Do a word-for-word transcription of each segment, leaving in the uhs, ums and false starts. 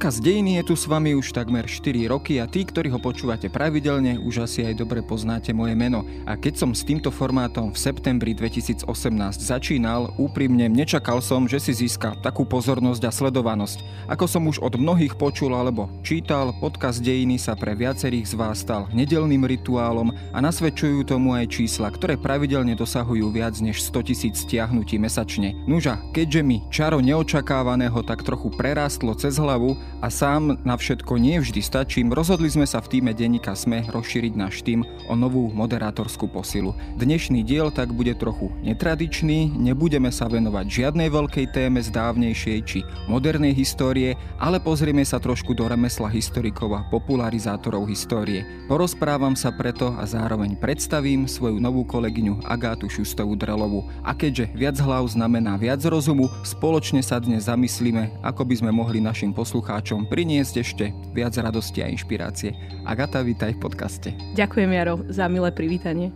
Podcast Dejiny je tu s vami už takmer štyri roky a tí, ktorí ho počúvate pravidelne, už asi aj dobre poznáte moje meno. A keď som s týmto formátom v septembri dvetisícosemnásť začínal, úprimne nečakal som, že si získa takú pozornosť a sledovanosť. Ako som už od mnohých počul alebo čítal, Podcast Dejiny sa pre viacerých z vás stal nedeľným rituálom a nasvedčujú tomu aj čísla, ktoré pravidelne dosahujú viac než stotisíc stiahnutí mesačne. Nuža, keďže mi čaro neočakávaného tak trochu prerástlo cez hlavu a sám na všetko nie vždy stačím, rozhodli sme sa v tíme denníka SME rozšíriť náš tím o novú moderátorskú posilu. Dnešný diel tak bude trochu netradičný, nebudeme sa venovať žiadnej veľkej téme z dávnejšej či modernej histórie, ale pozrieme sa trošku do remesla historikov a popularizátorov histórie. Porozprávam sa preto a zároveň predstavím svoju novú kolegyňu Agátu Šustovú-Drelovú. A keďže viac hlav znamená viac rozumu, spoločne sa dnes zamyslíme, ako by sme mohli našim poslucháčom priniesť ešte viac radosti a inšpirácie. Agata, vítaj v podcaste. Ďakujem, Jaro, za milé privítanie.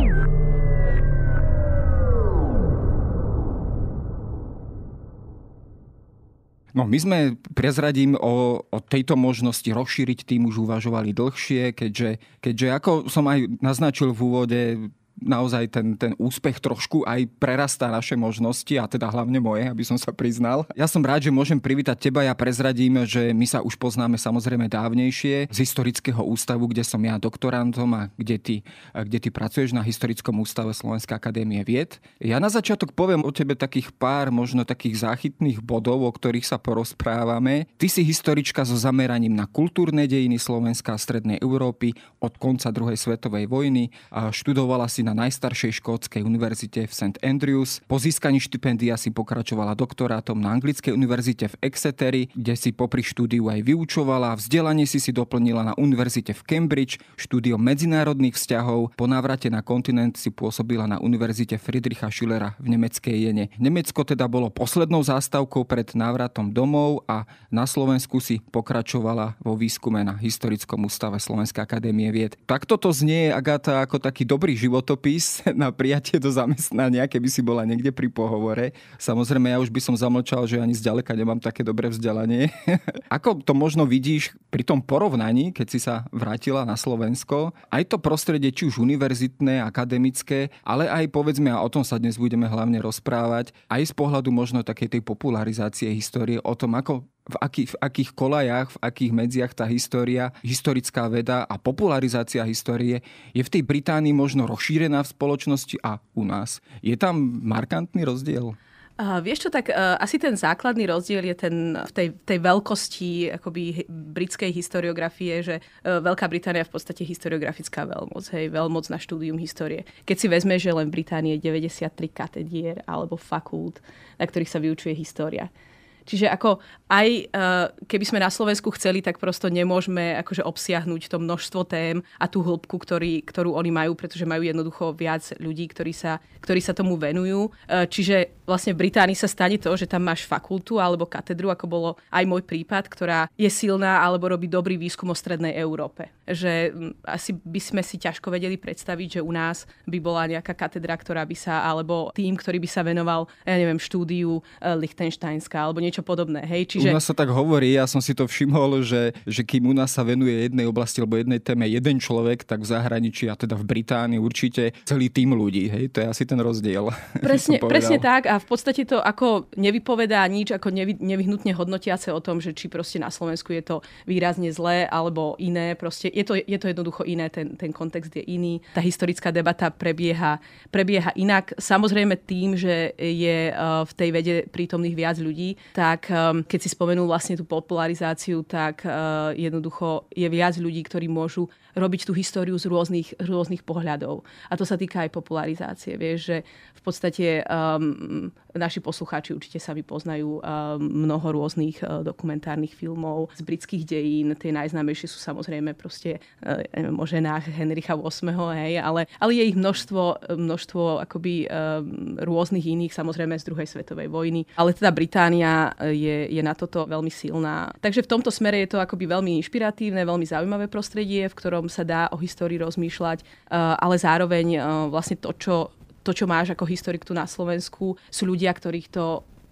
No my sme, prezradím, o, o tejto možnosti rozšíriť tým už uvažovali dlhšie, keďže, keďže ako som aj naznačil v úvode, naozaj ten, ten úspech trošku aj prerastá naše možnosti a teda hlavne moje, aby som sa priznal. Ja som rád, že môžem privítať teba. Ja prezradím, že my sa už poznáme samozrejme dávnejšie z Historického ústavu, kde som ja doktorantom a kde ty, kde ty pracuješ na Historickom ústave Slovenskej akadémie vied. Ja na začiatok poviem o tebe takých pár možno takých záchytných bodov, o ktorých sa porozprávame. Ty si historička so zameraním na kultúrne dejiny Slovenska a strednej Európy od konca druhej svetovej vojny. A študovala si na najstaršej škótskej univerzite v Saint Andrews. Po získaní štipendia si pokračovala doktorátom na Anglickej univerzite v Exeteri, kde si popri štúdiu aj vyučovala. Vzdelanie si si doplnila na univerzite v Cambridge, štúdiom medzinárodných vzťahov. Po návrate na kontinent si pôsobila na univerzite Friedricha Schillera v nemeckej Jene. Nemecko teda bolo poslednou zástavkou pred návratom domov a na Slovensku si pokračovala vo výskume na Historickom ústave Slovenskej akadémie vied. Takto to znie, Agata, ako taký dobrý životopis na prijatie do zamestnania, keby si bola niekde pri pohovore. Samozrejme, ja už by som zamlčal, že ani zďaleka nemám také dobré vzdelanie. Ako to možno vidíš pri tom porovnaní, keď si sa vrátila na Slovensko? Aj to prostredie, či už univerzitné, akademické, ale aj povedzme, a o tom sa dnes budeme hlavne rozprávať, aj z pohľadu možno takej tej popularizácie histórie, o tom, ako v akých, v akých kolajách, v akých medziach tá história, historická veda a popularizácia histórie je v tej Británii možno rozšírená v spoločnosti a u nás. Je tam markantný rozdiel? Uh, vieš čo, tak uh, asi ten základný rozdiel je ten v tej, tej veľkosti akoby britskej historiografie, že uh, Veľká Británia je v podstate historiografická veľmoc, hej, veľmoc na štúdium histórie. Keď si vezme, že len v Británii je deväťdesiattri katedier alebo fakult, na ktorých sa vyučuje história. Čiže ako aj keby sme na Slovensku chceli, tak prosto nemôžeme akože obsiahnuť to množstvo tém a tú hĺbku, ktorý, ktorú oni majú, pretože majú jednoducho viac ľudí, ktorí sa, ktorí sa tomu venujú. Čiže vlastne v Británii sa stane to, že tam máš fakultu alebo katedru, ako bolo aj môj prípad, ktorá je silná alebo robí dobrý výskum o strednej Európe. Že asi by sme si ťažko vedeli predstaviť, že u nás by bola nejaká katedra, ktorá by sa, alebo tým, ktorý by sa venoval, ja neviem, štúdiu Lichtensteinska alebo niečo podobné. Hej? Čiže... U nás sa tak hovorí, ja som si to všimol, že, že kým u nás sa venuje jednej oblasti alebo jednej téme jeden človek, tak v zahraničí a teda v Británii určite celý tím ľudí. Hej? To je asi ten rozdiel. Presne, presne tak a v podstate to ako nevypovedá nič, ako nevy, nevyhnutne hodnotiace o tom, že či proste na Slovensku je to výrazne zlé alebo iné. Proste je to, je to jednoducho iné, ten, ten kontext je iný. Tá historická debata prebieha, prebieha inak. Samozrejme tým, že je v tej vede prítomných viac ľudí, tak keď si spomenul vlastne tú popularizáciu, tak jednoducho je viac ľudí, ktorí môžu robiť tú históriu z rôznych, rôznych pohľadov. A to sa týka aj popularizácie. Vieš, že v podstate um, naši poslucháči určite sami poznajú um, mnoho rôznych uh, dokumentárnych filmov z britských dejín. Tie najznámejšie sú samozrejme proste uh, neviem, o ženách Henricha ôsmeho. Hej, ale, ale je ich množstvo, množstvo akoby um, rôznych iných, samozrejme z druhej svetovej vojny. Ale teda Británia je, je na toto veľmi silná. Takže v tomto smere je to akoby veľmi inšpiratívne, veľmi zaujímavé prostredie, v ktorom sa dá o histórii rozmýšľať, ale zároveň vlastne to, čo, to, čo máš ako historik tu na Slovensku, sú ľudia, ktorých to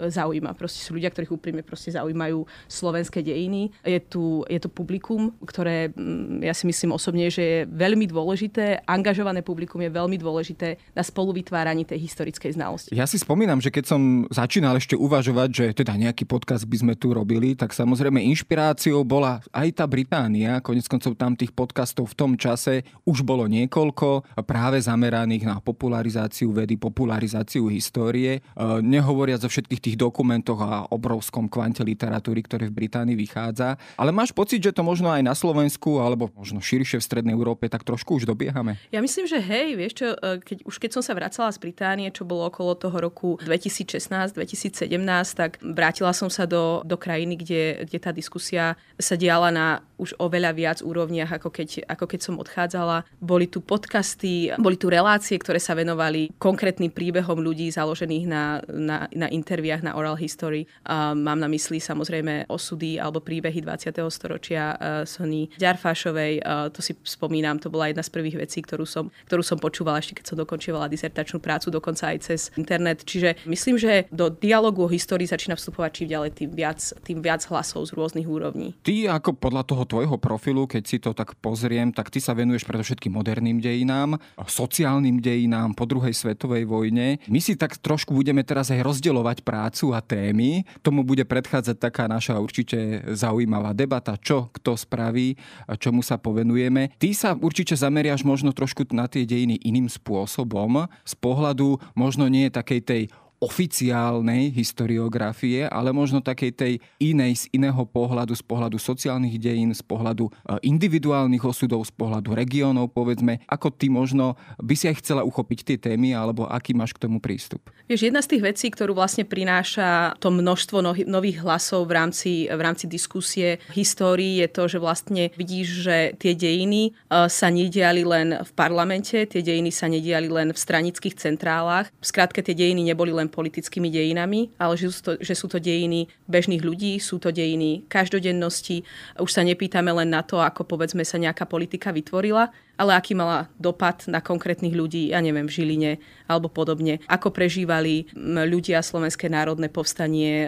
zaujíma. Proste sú ľudia, ktorých úprimne proste zaujímajú slovenské dejiny. Je tu, je to publikum, ktoré ja si myslím osobne, že je veľmi dôležité. Angažované publikum je veľmi dôležité na spoluvytváraní tej historickej znalosti. Ja si spomínam, že keď som začínal ešte uvažovať, že teda nejaký podcast by sme tu robili, tak samozrejme inšpiráciou bola aj tá Británia. Koniec koncov tam tých podcastov v tom čase už bolo niekoľko, práve zameraných na popularizáciu vedy, popularizáciu histórie. Nehovoriac o všetkých tých dokumentoch a obrovskom kvante literatúry, ktoré v Británii vychádza. Ale máš pocit, že to možno aj na Slovensku, alebo možno širšie v Strednej Európe, tak trošku už dobiehame? Ja myslím, že hej, vieš čo, keď, už keď som sa vracala z Británie, čo bolo okolo toho roku dvetisícšestnásť dvetisícsedemnásť, tak vrátila som sa do, do krajiny, kde, kde tá diskusia sa diala na už oveľa viac úrovniach, ako keď, ako keď som odchádzala. Boli tu podcasty, boli tu relácie, ktoré sa venovali konkrétnym príbehom ľudí založených na, na, na interviách, na oral history. Uh, mám na mysli samozrejme osudy alebo príbehy dvadsiateho storočia uh, Sony Ďarfášovej. Uh, to si spomínam, to bola jedna z prvých vecí, ktorú som, ktorú som počúvala ešte, keď som dokončovala disertačnú prácu, dokonca aj cez internet. Čiže myslím, že do dialogu o histórii začína vstupovať čím ďalej tým viac, tým viac hlasov z rôznych úrovní. Ty ako podľa toho tvojho profilu, keď si to tak pozriem, tak ty sa venuješ predovšetkým moderným dejinám, sociálnym dejinám po druhej svetovej vojne. My si tak trošku budeme teraz aj rozdeľovať prácu a témy. Tomu bude predchádzať taká naša určite zaujímavá debata, čo kto spraví, čomu sa povenujeme. Ty sa určite zameriaš možno trošku na tie dejiny iným spôsobom, z pohľadu možno nie takej tej oficiálnej historiografie, ale možno takej tej inej, z iného pohľadu, z pohľadu sociálnych dejín, z pohľadu individuálnych osudov, z pohľadu regiónov, povedzme. Ako ty možno by si aj chcela uchopiť tie témy, alebo aký máš k tomu prístup? Vieš, jedna z tých vecí, ktorú vlastne prináša to množstvo nových hlasov v rámci, v rámci diskusie histórii, je to, že vlastne vidíš, že tie dejiny sa nediali len v parlamente, tie dejiny sa nediali len v stranických centrálach. Skrátka, tie dejiny neboli len politickými dejinami, ale že sú, to, že sú to dejiny bežných ľudí, sú to dejiny každodennosti. Už sa nepýtame len na to, ako povedzme sa nejaká politika vytvorila, ale aký mala dopad na konkrétnych ľudí, ja neviem, v Žiline alebo podobne. Ako prežívali ľudia Slovenské národné povstanie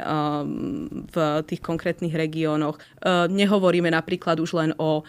v tých konkrétnych regiónoch. Nehovoríme napríklad už len o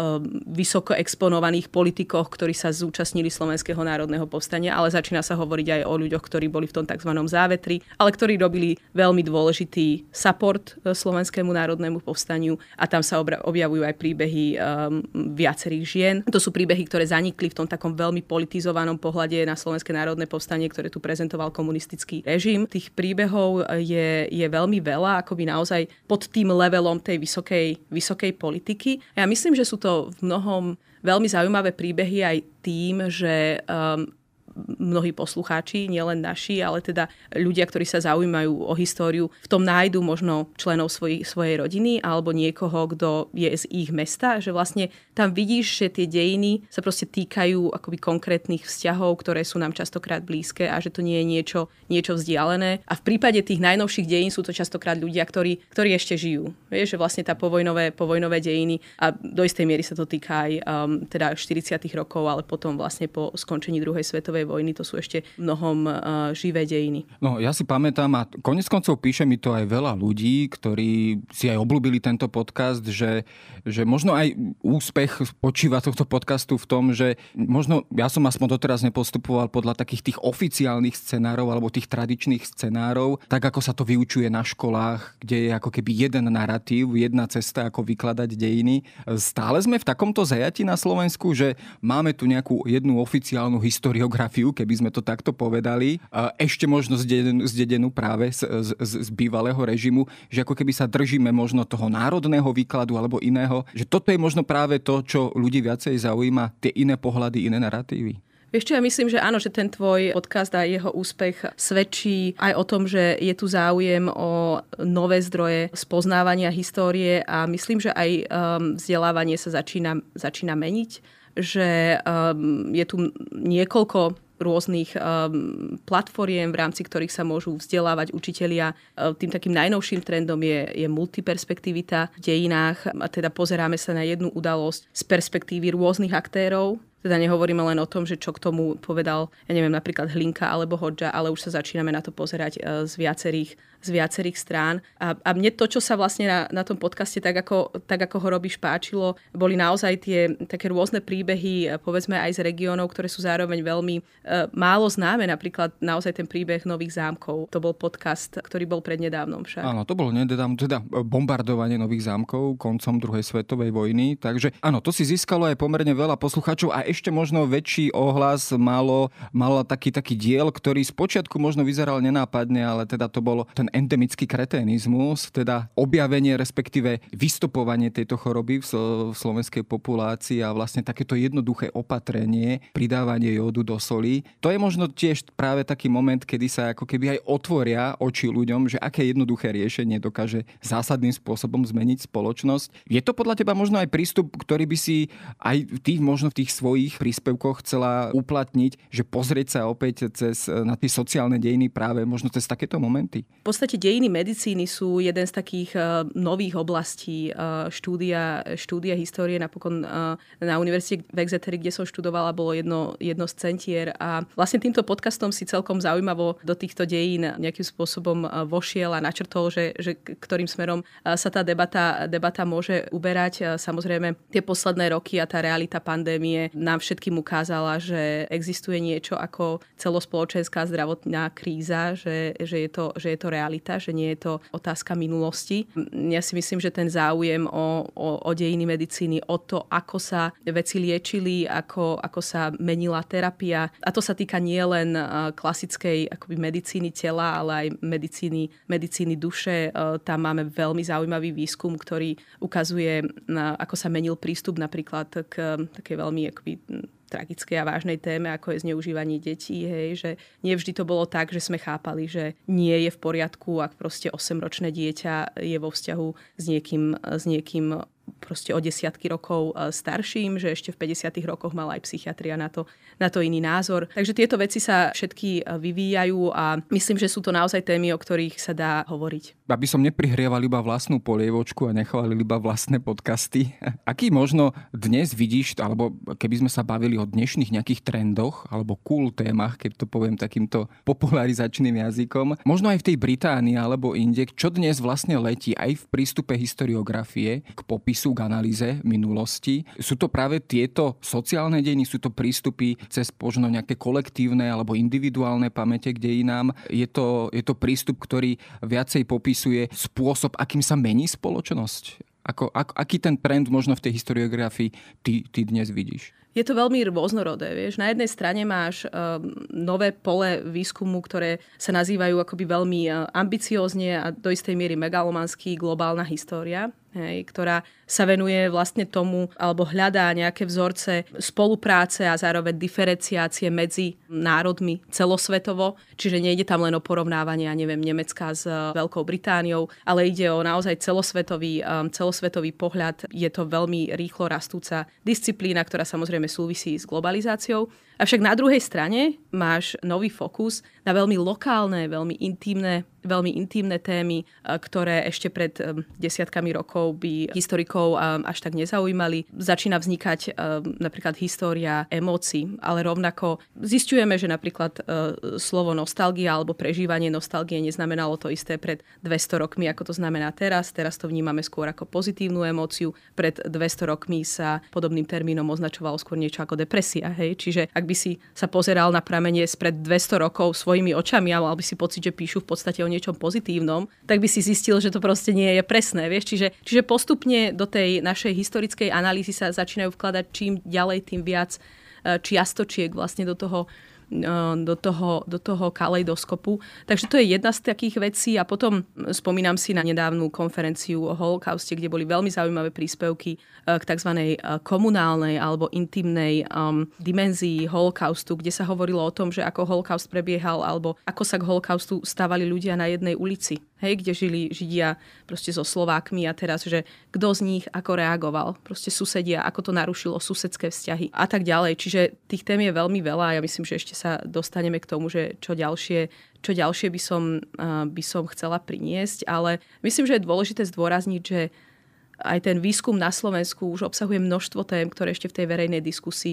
vysoko exponovaných politikoch, ktorí sa zúčastnili Slovenského národného povstania, ale začína sa hovoriť aj o ľuďoch, ktorí boli v tom tzv. Závetri, ale ktorí robili veľmi dôležitý support Slovenskému národnému povstaniu a tam sa objavujú aj príbehy viacerých žien. To sú príbehy, ktoré zanikli v tom takom veľmi politizovanom pohľade na Slovenské národné povstanie, ktoré tu prezentoval komunistický režim. Tých príbehov je, je veľmi veľa, akoby naozaj pod tým levelom tej vysokej, vysokej politiky. Ja myslím, že sú to v mnohom veľmi zaujímavé príbehy aj tým, že um, mnohí poslucháči, nielen naši, ale teda ľudia, ktorí sa zaujímajú o históriu, v tom nájdu možno členov svoj, svojej rodiny alebo niekoho, kto je z ich mesta, že vlastne tam vidíš, že tie dejiny sa proste týkajú akoby konkrétnych vzťahov, ktoré sú nám častokrát blízke a že to nie je niečo, niečo vzdialené. A v prípade tých najnovších dejín sú to častokrát ľudia, ktorí, ktorí ešte žijú. Vieš, že vlastne tá povojnové, povojnové dejiny a do istej miery sa to týka aj um, teda štyridsiatych rokov, ale potom vlastne po skončení druhej svetovej vojny, to sú ešte mnohom uh, živé dejiny. No, ja si pamätám a konec koncov píše mi to aj veľa ľudí, ktorí si aj obľúbili tento podcast, že, že možno aj úspech spočíva tohto podcastu v tom, že možno ja som aspoň doteraz nepostupoval podľa takých tých oficiálnych scenárov alebo tých tradičných scenárov, tak ako sa to vyučuje na školách, kde je ako keby jeden narratív, jedna cesta, ako vykladať dejiny. Stále sme v takomto zajati na Slovensku, že máme tu nejakú jednu oficiálnu historiografiu, keby sme to takto povedali, ešte možno zdedenú, zdedenú práve z, z, z bývalého režimu, že ako keby sa držíme možno toho národného výkladu alebo iného, že toto je možno práve to, čo ľudí viacej zaujíma, tie iné pohľady, iné narratívy. Vieš čo, ja myslím, že áno, že ten tvoj podcast a jeho úspech svedčí aj o tom, že je tu záujem o nové zdroje spoznávania histórie a myslím, že aj um, vzdelávanie sa začína, začína meniť, že um, je tu niekoľko rôznych um, platformiem, v rámci ktorých sa môžu vzdelávať učitelia. Tým takým najnovším trendom je, je multiperspektivita v dejinách. A teda pozeráme sa na jednu udalosť z perspektívy rôznych aktérov. Teda nehovoríme len o tom, že čo k tomu povedal, ja neviem, napríklad Hlinka alebo Hodža, ale už sa začíname na to pozerať z viacerých z viacerých strán. A, a mne to, čo sa vlastne na, na tom podcaste tak ako, tak ako ho robíš páčilo, boli naozaj tie také rôzne príbehy, povedzme aj z regiónov, ktoré sú zároveň veľmi e, málo známe. Napríklad naozaj ten príbeh Nových zámkov. To bol podcast, ktorý bol prednedávnom však. Áno, to bolo nedávno, teda bombardovanie Nových zámkov koncom druhej svetovej vojny. Takže áno, to si získalo aj pomerne veľa poslucháčov a ešte možno väčší ohlas malo, malo taký, taký diel, ktorý spočiatku možno vyzeral nenápadne, ale teda to bolo ten endemický kreténizmus, teda objavenie, respektíve vystupovanie tejto choroby v slovenskej populácii a vlastne takéto jednoduché opatrenie, pridávanie jódu do soli. To je možno tiež práve taký moment, kedy sa ako keby aj otvoria oči ľuďom, že aké jednoduché riešenie dokáže zásadným spôsobom zmeniť spoločnosť. Je to podľa teba možno aj prístup, ktorý by si aj v tých, možno v tých svojich príspevkoch chcela uplatniť, že pozrieť sa opäť cez, na tie sociálne dejiny práve možno cez takéto momenty? V podstate dejiny medicíny sú jeden z takých uh, nových oblastí uh, štúdia, štúdia histórie. Napokon uh, na univerzite v Exeteri, kde som študovala, bolo jedno, jedno z centier a vlastne týmto podcastom si celkom zaujímavo do týchto dejín nejakým spôsobom uh, vošiel a načrtol, že, že ktorým smerom uh, sa tá debata, debata môže uberať. Uh, samozrejme, tie posledné roky a tá realita pandémie nám všetkým ukázala, že existuje niečo ako celospoločenská zdravotná kríza, že, že je to, že je to realita, že nie je to otázka minulosti. Ja si myslím, že ten záujem o, o, o dejiny medicíny, o to, ako sa veci liečili, ako, ako sa menila terapia. A to sa týka nielen klasickej akoby medicíny tela, ale aj medicíny, medicíny duše. Tam máme veľmi zaujímavý výskum, ktorý ukazuje, ako sa menil prístup napríklad k takej veľmi akoby tragickej a vážnej téme, ako je zneužívanie detí, hej, že nie vždy to bolo tak, že sme chápali, že nie je v poriadku, ak proste osemročné dieťa je vo vzťahu s niekým, s niekým proste o desiatky rokov starším, že ešte v päťdesiatych rokoch mala aj psychiatria na to, na to iný názor. Takže tieto veci sa všetky vyvíjajú a myslím, že sú to naozaj témy, o ktorých sa dá hovoriť. Aby som neprihrieval iba vlastnú polievočku a nechválil iba vlastné podcasty. Aký možno dnes vidíš, alebo keby sme sa bavili o dnešných nejakých trendoch alebo cool témach, keď to poviem takýmto popularizačným jazykom, možno aj v tej Británii alebo inde, čo dnes vlastne letí aj v prístupe historiografie k popisu sú k analýze minulosti. Sú to práve tieto sociálne dejiny, sú to prístupy cez možno nejaké kolektívne alebo individuálne pamäte k dejinám. Je to, je to prístup, ktorý viacej popisuje spôsob, akým sa mení spoločnosť? Ako, ak, aký ten trend možno v tej historiografii ty, ty dnes vidíš? Je to veľmi rôznorodé, vieš. Na jednej strane máš um, nové pole výskumu, ktoré sa nazývajú akoby veľmi uh, ambiciózne a do istej miery megalomanský globálna história, hej, ktorá sa venuje vlastne tomu, alebo hľadá nejaké vzorce spolupráce a zároveň diferenciácie medzi národmi celosvetovo. Čiže nejde tam len o porovnávanie, ja neviem, Nemecka s Veľkou Britániou, ale ide o naozaj celosvetový, um, celosvetový pohľad. Je to veľmi rýchlo rastúca disciplína, ktorá samozrejme súvisí s globalizáciou. Avšak na druhej strane máš nový fokus na veľmi lokálne, veľmi intimné, veľmi intimné témy, ktoré ešte pred desiatkami rokov by historikov až tak nezaujímali. Začína vznikať napríklad história emócií, ale rovnako zisťujeme, že napríklad slovo nostalgia alebo prežívanie nostalgie neznamenalo to isté pred dvesto rokmi, ako to znamená teraz. Teraz to vnímame skôr ako pozitívnu emóciu. Pred dvesto rokmi sa podobným termínom označovalo skôr niečo ako depresia. Hej? Čiže ak by si sa pozeral na pramene spred dvesto rokov svojimi očami a mal by si pocit, že píšu v podstate o niečom pozitívnom, tak by si zistil, že to proste nie je presné. Vieš? Čiže, čiže postupne do tej našej historickej analýzy sa začínajú vkladať čím ďalej, tým viac čiastočiek vlastne do toho do toho, do toho kaleidoskopu. Takže to je jedna z takých vecí a potom spomínam si na nedávnu konferenciu o holokauste, kde boli veľmi zaujímavé príspevky k tzv. Komunálnej alebo intimnej um, dimenzii holokaustu, kde sa hovorilo o tom, že ako holokaust prebiehal alebo ako sa k holokaustu stávali ľudia na jednej ulici. Hej, kde žili Židia proste so Slovákmi a teraz, že kto z nich ako reagoval, proste susedia, ako to narušilo susedské vzťahy a tak ďalej. Čiže tých tém je veľmi veľa a ja myslím, že ešte sa dostaneme k tomu, že čo ďalšie, čo ďalšie by som, by som chcela priniesť, ale myslím, že je dôležité zdôrazniť, že aj ten výskum na Slovensku už obsahuje množstvo tém, ktoré ešte v tej verejnej diskusii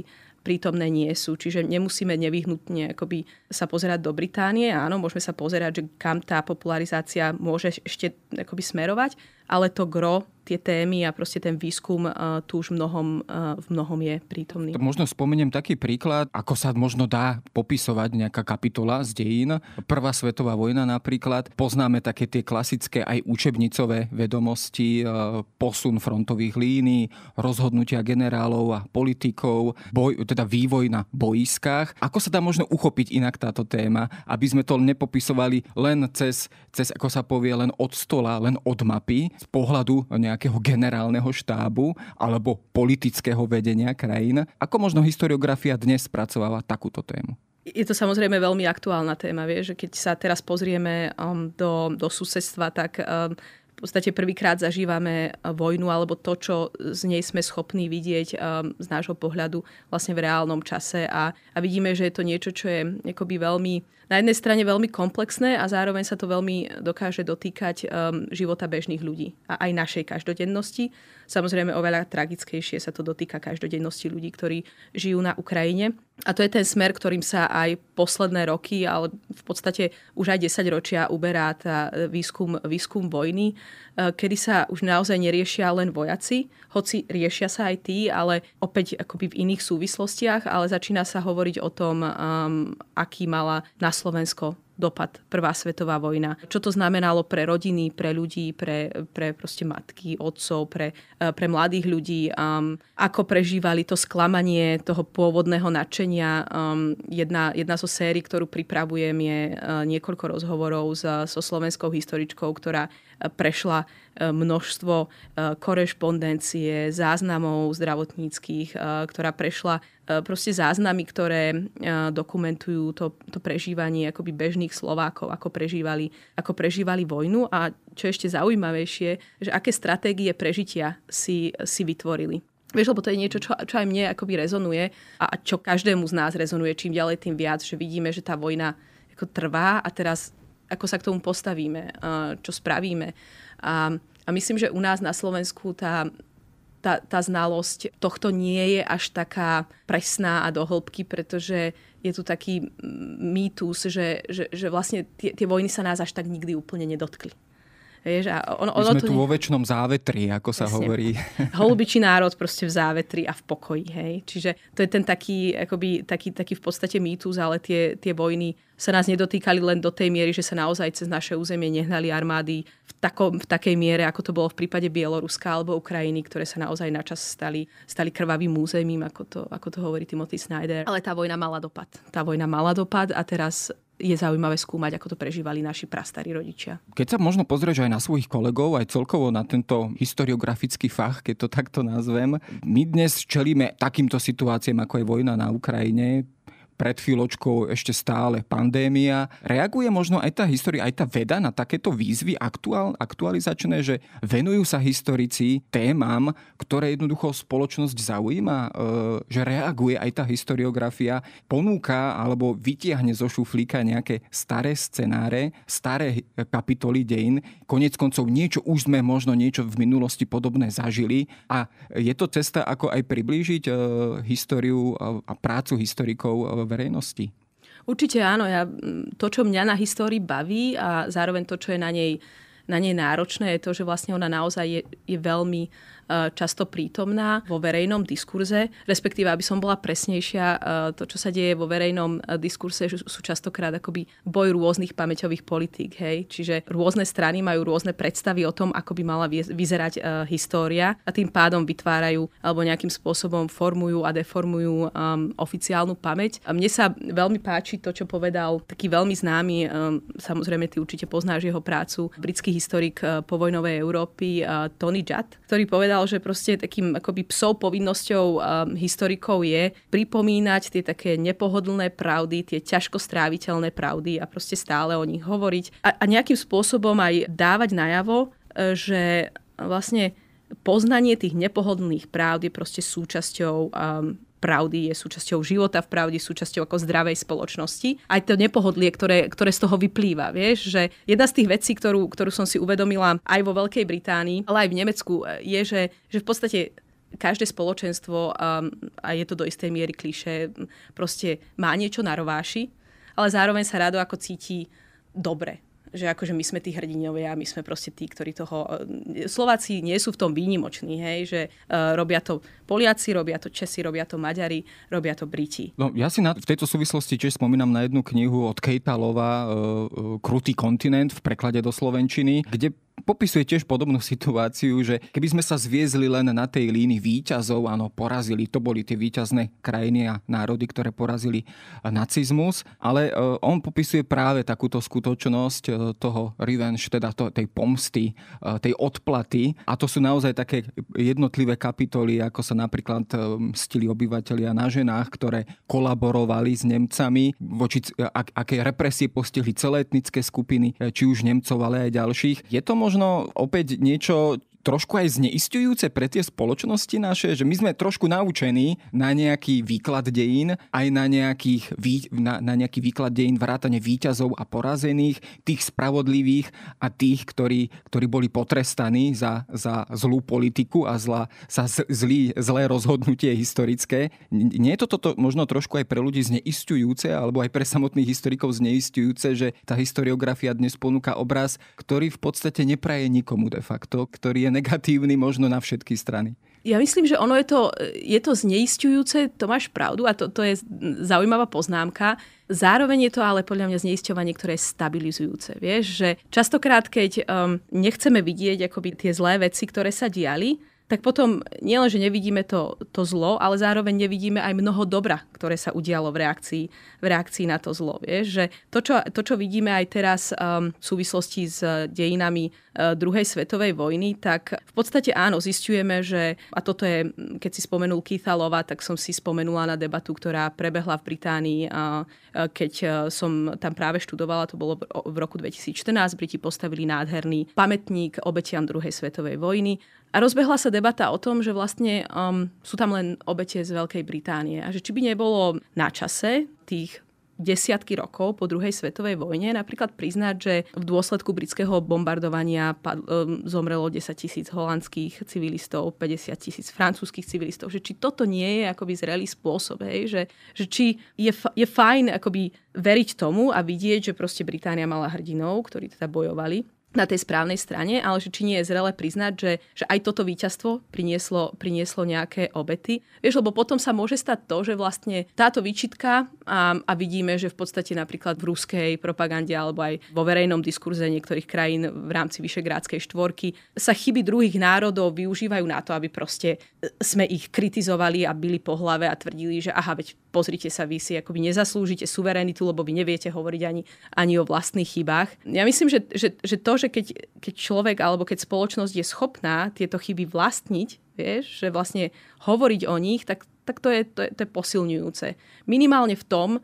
prítomné nie sú. Čiže nemusíme nevyhnutne akoby sa pozerať do Británie. Áno, môžeme sa pozerať, že kam tá popularizácia môže ešte akoby smerovať, ale to gro, tie témy a proste ten výskum uh, tu už mnohom, uh, v mnohom je prítomný. Možno spomeniem taký príklad, ako sa možno dá popisovať nejaká kapitola z dejín. Prvá svetová vojna napríklad. Poznáme také tie klasické aj učebnicové vedomosti, uh, posun frontových línií, rozhodnutia generálov a politikov, boj, teda vývoj na boiskách. Ako sa dá možno uchopiť inak táto téma, aby sme to nepopisovali len cez, cez ako sa povie, len od stola, len od mapy, z pohľadu nejakého generálneho štábu alebo politického vedenia krajín. Ako možno historiografia dnes spracováva takúto tému? Je to samozrejme veľmi aktuálna téma, vie, že keď sa teraz pozrieme um, do, do susedstva, tak um, v podstate prvýkrát zažívame vojnu alebo to, čo z nej sme schopní vidieť um, z nášho pohľadu vlastne v reálnom čase a, a vidíme, že je to niečo, čo je akoby veľmi, na jednej strane veľmi komplexné a zároveň sa to veľmi dokáže dotýkať um, života bežných ľudí a aj našej každodennosti. Samozrejme oveľa tragickejšie sa to dotýka každodennosti ľudí, ktorí žijú na Ukrajine. A to je ten smer, ktorým sa aj posledné roky, ale v podstate už aj desaťročia uberá tá výskum, výskum vojny, kedy sa už naozaj neriešia len vojaci, hoci riešia sa aj tí, ale opäť akoby v iných súvislostiach, ale začína sa hovoriť o tom, um, aký mala na Slovensko dopad Prvá svetová vojna. Čo to znamenalo pre rodiny, pre ľudí, pre, pre proste matky, otcov, pre, pre mladých ľudí. Um, ako prežívali to sklamanie toho pôvodného nadšenia. Um, jedna, jedna zo sérií, ktorú pripravujem, je uh, niekoľko rozhovorov s, so slovenskou historičkou, ktorá prešla množstvo korešpondencie, záznamov zdravotníckých, ktorá prešla proste záznamy, ktoré dokumentujú to, to prežívanie akoby bežných Slovákov, ako prežívali, ako prežívali vojnu a čo ešte zaujímavejšie, že aké stratégie prežitia si, si vytvorili. Vieš, lebo to je niečo, čo, čo aj mne akoby rezonuje a čo každému z nás rezonuje čím ďalej, tým viac, že vidíme, že tá vojna ako trvá a teraz ako sa k tomu postavíme, čo spravíme. A, a myslím, že u nás na Slovensku tá, tá, tá znalosť tohto nie je až taká presná a do hĺbky, pretože je tu taký mýtus, že, že, že vlastne tie, tie vojny sa nás až tak nikdy úplne nedotkli. Vieš, a ono, ono My sme to tu ne... vo večnom závetri, ako sa Jasne. hovorí. Holubičí národ proste v závetri a v pokoji. Hej? Čiže to je ten taký, akoby, taký, taký v podstate mýtus, ale tie, tie vojny sa nás nedotýkali len do tej miery, že sa naozaj cez naše územie nehnali armády v, takom, v takej miere, ako to bolo v prípade Bieloruska alebo Ukrajiny, ktoré sa naozaj načas stali, stali krvavým územím, ako to, ako to hovorí Timothy Snyder. Ale tá vojna mala dopad. Tá vojna mala dopad a teraz je zaujímavé skúmať, ako to prežívali naši prastarí rodičia. Keď sa možno pozrieš aj na svojich kolegov, aj celkovo na tento historiografický fach, keď to takto nazvem, my dnes čelíme takýmto situáciám, ako je vojna na Ukrajine, pred chvíľočkou ešte stále pandémia. Reaguje možno aj tá história, aj tá veda na takéto výzvy aktuál, aktualizačné, že venujú sa historici témam, ktoré jednoducho spoločnosť zaujíma, e, že reaguje aj tá historiografia, ponúka alebo vytiahne zo šuflíka nejaké staré scenáre, staré kapitoly dejín. Konec koncov niečo už sme možno niečo v minulosti podobné zažili a je to cesta, ako aj priblížiť e, históriu a prácu historikov verejnosti? Určite áno. Ja, to, čo mňa na histórii baví a zároveň to, čo je na nej, na nej náročné, je to, že vlastne ona naozaj je, je veľmi často prítomná vo verejnom diskurze, respektíve, aby som bola presnejšia, to, čo sa deje vo verejnom diskurse, sú častokrát akoby boj rôznych pamäťových politík. Hej? Čiže rôzne strany majú rôzne predstavy o tom, ako by mala vyzerať história a tým pádom vytvárajú alebo nejakým spôsobom formujú a deformujú um, oficiálnu pamäť. A mne sa veľmi páči to, čo povedal taký veľmi známy, um, samozrejme ty určite poznáš jeho prácu, britský historik uh, povojnovej Európy uh, Tony Judd, ktorý povedal, že proste takým akoby psou povinnosťou um, historikov je pripomínať tie také nepohodlné pravdy, tie ťažko stráviteľné pravdy a proste stále o nich hovoriť a, a nejakým spôsobom aj dávať najavo, že vlastne poznanie tých nepohodlných pravd je proste súčasťou um, pravdy, je súčasťou života v pravde, súčasťou ako zdravej spoločnosti. Aj to nepohodlie, ktoré, ktoré z toho vyplýva. Vieš, že jedna z tých vecí, ktorú, ktorú som si uvedomila aj vo Veľkej Británii, ale aj v Nemecku, je, že, že v podstate každé spoločenstvo, um, a je to do istej miery klišé, proste má niečo na rováši, ale zároveň sa rado ako cíti dobre. Že akože my sme tí hrdinovia, my sme proste tí, ktorí toho... Slováci nie sú v tom výnimoční, hej, že uh, robia to Poliaci, robia to Česi, robia to Maďari, robia to Briti. No, ja si na, v tejto súvislosti tiež spomínam na jednu knihu od Kejta Lova, uh, Krutý kontinent v preklade do slovenčiny, kde popisuje tiež podobnú situáciu, že keby sme sa zviezli len na tej línii víťazov, áno, porazili, to boli tie víťazné krajiny a národy, ktoré porazili nacizmus, ale uh, on popisuje práve takúto skutočnosť uh, toho revenge, teda to, tej pomsty, uh, tej odplaty, a to sú naozaj také jednotlivé kapitoly, ako sa napríklad um, mstili obyvatelia na ženách, ktoré kolaborovali s Nemcami, voči ak, aké represie postihli celé etnické skupiny, či už Nemcov, ale aj ďalších. Je to možno opäť niečo trošku aj zneisťujúce pre tie spoločnosti naše, že my sme trošku naučení na nejaký výklad dejín, aj na, nejakých, na, na nejaký výklad dejín vrátane víťazov a porazených, tých spravodlivých a tých, ktorí, ktorí boli potrestaní za, za zlú politiku a zlá, za zlý, zlé rozhodnutie historické. Nie je to toto možno trošku aj pre ľudí zneisťujúce, alebo aj pre samotných historikov zneisťujúce, že tá historiografia dnes ponúka obraz, ktorý v podstate nepraje nikomu de facto, ktorý je negatívny možno na všetky strany. Ja myslím, že ono je to, je to zneisťujúce, to máš pravdu a to, to je zaujímavá poznámka. Zároveň je to ale podľa mňa zneisťovanie, ktoré je stabilizujúce. Vieš, že častokrát, keď um, nechceme vidieť akoby tie zlé veci, ktoré sa diali, tak potom nielen, že nevidíme to, to zlo, ale zároveň nevidíme aj mnoho dobra, ktoré sa udialo v reakcii, v reakcii na to zlo. Vieš? Že to, čo, to, čo vidíme aj teraz um, v súvislosti s dejinami uh, druhej svetovej vojny, tak v podstate áno, zisťujeme, že, a toto je, keď si spomenul Keitha Lova, tak som si spomenula na debatu, ktorá prebehla v Británii, uh, keď uh, som tam práve študovala, to bolo v roku dvetisícštrnásť, Briti postavili nádherný pamätník obetiam druhej svetovej vojny. A rozbehla sa debata o tom, že vlastne um, sú tam len obete z Veľkej Británie. A že či by nebolo na čase tých desiatky rokov po druhej svetovej vojne napríklad priznať, že v dôsledku britského bombardovania pad, um, zomrelo desaťtisíc holandských civilistov, päťdesiat tisíc francúzskych civilistov. Že či toto nie je akoby zrelý spôsob, hej? Že, že či je, je fajn akoby veriť tomu a vidieť, že proste Británia mala hrdinov, ktorí teda bojovali na tej správnej strane, ale že či nie je zrelé priznať, že, že aj toto víťazstvo prinieslo, prinieslo nejaké obety. Vieš, lebo potom sa môže stať to, že vlastne táto výčitka a, a vidíme, že v podstate napríklad v ruskej propagande alebo aj vo verejnom diskurze niektorých krajín v rámci Vyšegrádskej štvorky sa chyby druhých národov využívajú na to, aby proste sme ich kritizovali a bili po hlave a tvrdili, že aha, veď pozrite sa, vy si akoby nezaslúžite suverenitu, lebo vy neviete hovoriť ani, ani o vlastných chybách. Ja myslím, že, že, že to, že keď, keď človek alebo keď spoločnosť je schopná tieto chyby vlastniť, vieš, že vlastne hovoriť o nich, tak, tak to, je, to, je, to je posilňujúce. Minimálne v tom,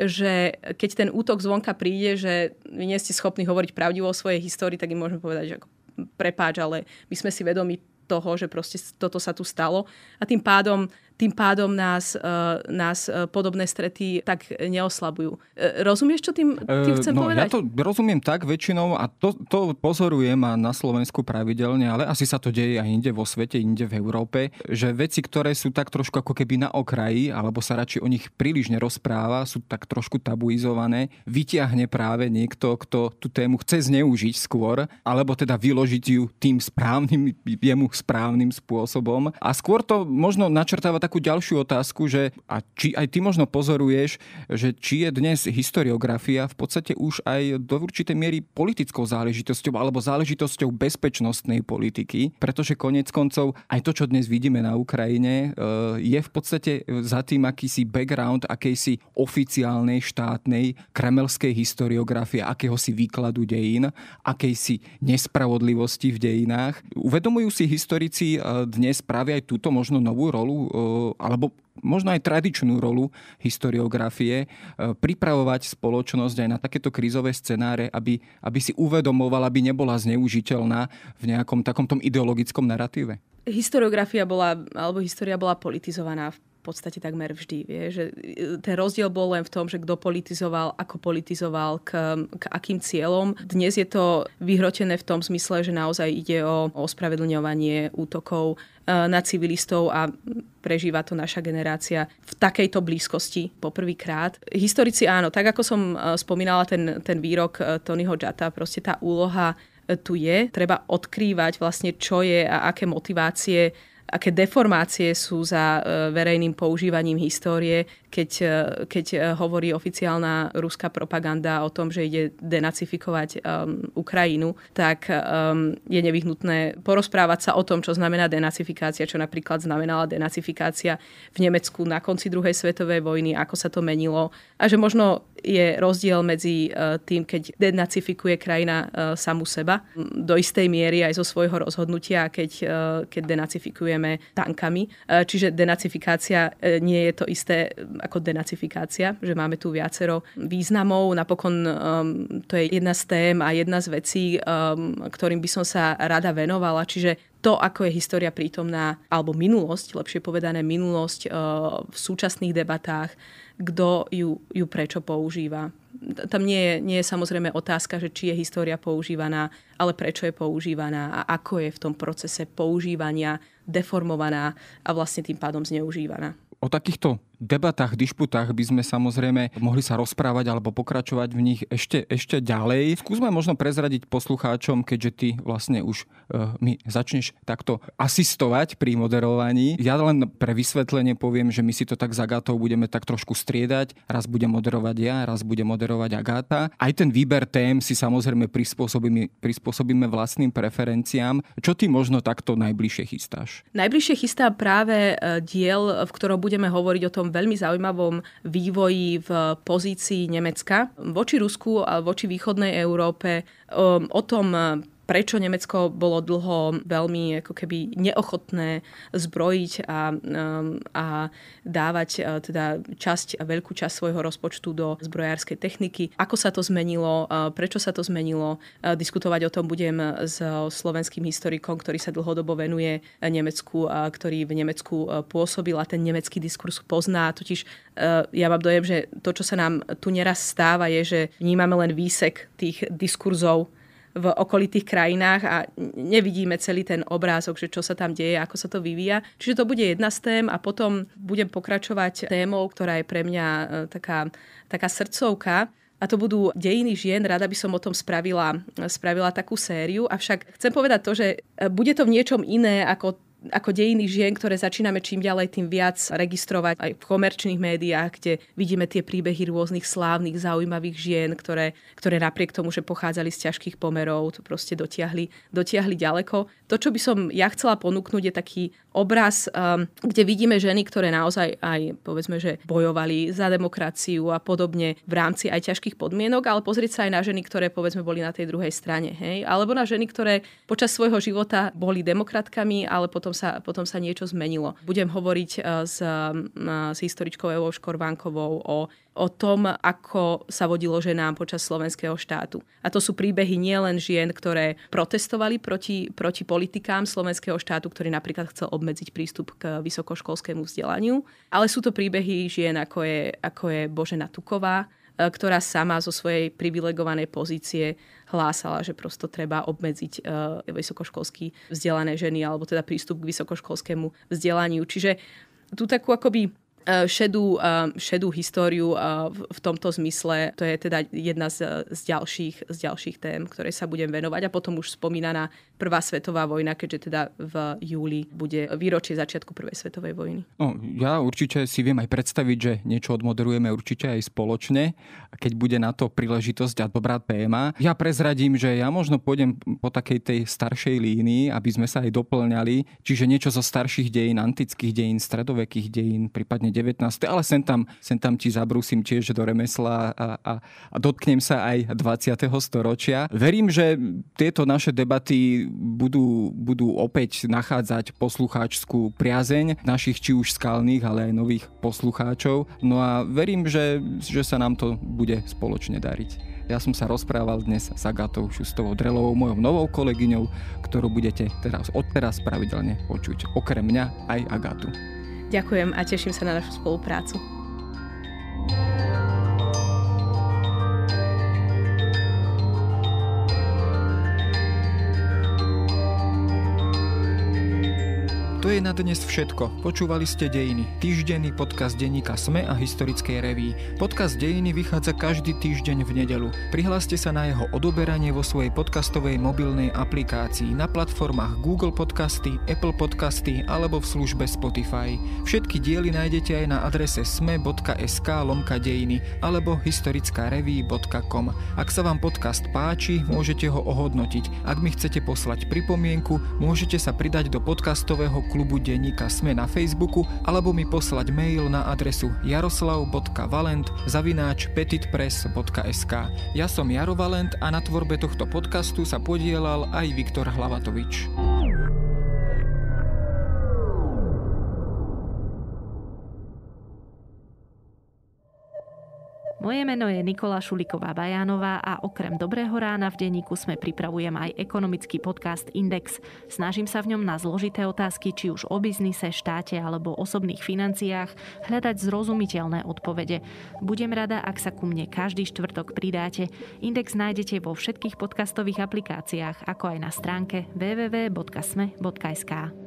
že keď ten útok zvonka príde, že vy nie ste schopní hovoriť pravdivo o svojej histórii, tak im môžeme povedať, že ako, prepáč, ale my sme si vedomi toho, že proste toto sa tu stalo a tým pádom tým pádom nás, uh, nás uh, podobné strety tak neoslabujú. Uh, rozumieš, čo tým, tým chcem no, povedať? Ja to rozumiem tak väčšinou a to, to pozorujem a na Slovensku pravidelne, ale asi sa to deje aj inde vo svete, inde v Európe, že veci, ktoré sú tak trošku ako keby na okraji, alebo sa radšej o nich príliš nerozpráva, sú tak trošku tabuizované, vytiahne práve niekto, kto tú tému chce zneužiť skôr, alebo teda vyložiť ju tým správnym, jemu správnym spôsobom. A skôr to možno načrtáva takú ďalšiu otázku, že a či aj ty možno pozoruješ, že či je dnes historiografia v podstate už aj do určitej miery politickou záležitosťou alebo záležitosťou bezpečnostnej politiky, pretože koniec koncov aj to, čo dnes vidíme na Ukrajine, je v podstate za tým akýsi background akejsi oficiálnej štátnej kremelskej historiografie, akéhosi výkladu dejín, akejsi nespravodlivosti v dejinách. Uvedomujú si historici dnes práve aj túto možno novú rolu alebo možno aj tradičnú rolu historiografie pripravovať spoločnosť aj na takéto krízové scenáre, aby, aby si uvedomovala, aby nebola zneužiteľná v nejakom takomto ideologickom naratíve? Historiografia bola, alebo história bola politizovaná v v podstate takmer vždy. Vie, že ten rozdiel bol len v tom, že kto politizoval, ako politizoval, k, k akým cieľom. Dnes je to vyhrotené v tom zmysle, že naozaj ide o ospravedlňovanie útokov na civilistov a prežíva to naša generácia v takejto blízkosti poprvýkrát. Historici áno, tak ako som spomínala ten, ten výrok Tonyho Jutta, proste tá úloha tu je. Treba odkrývať vlastne, čo je a aké motivácie, aké deformácie sú za verejným používaním histórie, keď, keď hovorí oficiálna ruská propaganda o tom, že ide denacifikovať um, Ukrajinu, tak um, je nevyhnutné porozprávať sa o tom, čo znamená denacifikácia, čo napríklad znamenala denacifikácia v Nemecku na konci druhej svetovej vojny, ako sa to menilo. A že možno je rozdiel medzi uh, tým, keď denacifikuje krajina uh, samu seba do istej miery aj zo svojho rozhodnutia, keď, uh, keď denacifikujeme tankami. Uh, čiže denacifikácia uh, nie je to isté ako denacifikácia, že máme tu viacero významov. Napokon um, to je jedna z tém a jedna z vecí, um, ktorým by som sa rada venovala. Čiže to, ako je história prítomná, alebo minulosť, lepšie povedané minulosť uh, v súčasných debatách, kto ju, ju prečo používa. Tam nie je, nie je samozrejme otázka, že či je história používaná, ale prečo je používaná a ako je v tom procese používania deformovaná a vlastne tým pádom zneužívaná. O takýchto debatách, dišputách by sme samozrejme mohli sa rozprávať alebo pokračovať v nich ešte, ešte ďalej. Skúsme možno prezradiť poslucháčom, keďže ty vlastne už uh, mi začneš takto asistovať pri moderovaní. Ja len pre vysvetlenie poviem, že my si to tak s Agatou budeme tak trošku striedať. Raz budem moderovať ja, raz bude moderovať Agata. Aj ten výber tém si samozrejme prispôsobíme, prispôsobíme vlastným preferenciám. Čo ty možno takto najbližšie chystáš? Najbližšie chystá práve diel, v ktorom budeme hovoriť o tom veľmi zaujímavom vývoji v pozícii Nemecka voči Rusku a voči východnej Európe, o tom, prečo Nemecko bolo dlho veľmi ako keby neochotné zbrojiť a, a dávať teda časť, veľkú časť svojho rozpočtu do zbrojárskej techniky. Ako sa to zmenilo, prečo sa to zmenilo. Diskutovať o tom budem s slovenským historikom, ktorý sa dlhodobo venuje Nemecku, ktorý v Nemecku pôsobil a ten nemecký diskurs pozná. Totiž ja mám dojem, že to, čo sa nám tu neraz stáva, je, že vnímame len výsek tých diskurzov v okolitých krajinách a nevidíme celý ten obrázok, že čo sa tam deje, ako sa to vyvíja. Čiže to bude jedna z tém a potom budem pokračovať témou, ktorá je pre mňa taká, taká srdcovka. A to budú dejiny žien. Rada by som o tom spravila, spravila takú sériu. Avšak chcem povedať to, že bude to v niečom iné ako ako dejiny žien, ktoré začíname čím ďalej tým viac registrovať aj v komerčných médiách, kde vidíme tie príbehy rôznych slávnych, zaujímavých žien, ktoré, ktoré napriek tomu, že pochádzali z ťažkých pomerov, to proste dotiahli, dotiahli ďaleko. To, čo by som ja chcela ponúknuť, je taký obraz, um, kde vidíme ženy, ktoré naozaj aj, povedzme, že bojovali za demokraciu a podobne v rámci aj ťažkých podmienok, ale pozrieť sa aj na ženy, ktoré, povedzme, boli na tej druhej strane. Hej? Alebo na ženy, ktoré počas svojho života boli demokratkami, ale potom Sa, potom sa niečo zmenilo. Budem hovoriť s, s historičkou Evou Škorvánkovou o, o tom, ako sa vodilo ženám počas slovenského štátu. A to sú príbehy nielen žien, ktoré protestovali proti, proti politikám slovenského štátu, ktorý napríklad chcel obmedziť prístup k vysokoškolskému vzdelaniu, ale sú to príbehy žien, ako je, ako je Božena Tuková, ktorá sama zo svojej privilegovanej pozície hlásala, že prosto treba obmedziť uh, vysokoškolsky vzdelané ženy alebo teda prístup k vysokoškolskému vzdelaniu. Čiže tu takú akoby šedú, šedú históriu v tomto zmysle. To je teda jedna z, z, ďalších, z ďalších tém, ktoré sa budem venovať. A potom už spomínaná Prvá svetová vojna, keďže teda v júli bude výročie začiatku Prvej svetovej vojny. No, ja určite si viem aj predstaviť, že niečo odmoderujeme určite aj spoločne, keď bude na to príležitosť a dobrá téma. Ja prezradím, že ja možno pôjdem po takej tej staršej línii, aby sme sa aj doplňali, čiže niečo zo starších dejín, antických dejín, stredovekých dejín, prípadne devätnáste ale sem tam, sem tam ti zabrúsim tiež do remesla a, a, a dotknem sa aj dvadsiateho storočia. Verím, že tieto naše debaty budú, budú opäť nachádzať poslucháčskú priazeň našich či už skalných, ale aj nových poslucháčov. No a verím, že, že sa nám to bude spoločne dariť. Ja som sa rozprával dnes s Agatou Šustovou Drelovou, mojou novou kolegyňou, ktorú budete teraz odteraz pravidelne počuť. Okrem mňa aj Agatu. Ďakujem a teším sa na našu spoluprácu. To je na dnes všetko. Počúvali ste Dejiny, týždenný podcast denníka SME a historickej reví. Podcast Dejiny vychádza každý týždeň v nedeľu. Prihláste sa na jeho odoberanie vo svojej podcastovej mobilnej aplikácii na platformách Google Podcasty, Apple Podcasty alebo v službe Spotify. Všetky diely nájdete aj na adrese sme.sk lomka dejiny alebo historickareví bodka com. Ak sa vám podcast páči, môžete ho ohodnotiť. Ak mi chcete poslať pripomienku, môžete sa pridať do podcastového klubu denníka SME na Facebooku alebo mi poslať mail na adresu jaroslav bodka valent zavináč petitpress bodka es ká. Ja som Jaro Valent a na tvorbe tohto podcastu sa podielal aj Viktor Hlavatovič. Moje meno je Nikola Šuliková-Bajánová a okrem Dobrého rána v denníku SME pripravujem aj ekonomický podcast Index. Snažím sa v ňom na zložité otázky, či už o biznise, štáte alebo osobných financiách, hľadať zrozumiteľné odpovede. Budem rada, ak sa ku mne každý štvrtok pridáte. Index nájdete vo všetkých podcastových aplikáciách, ako aj na stránke w w w bodka sme bodka es ká.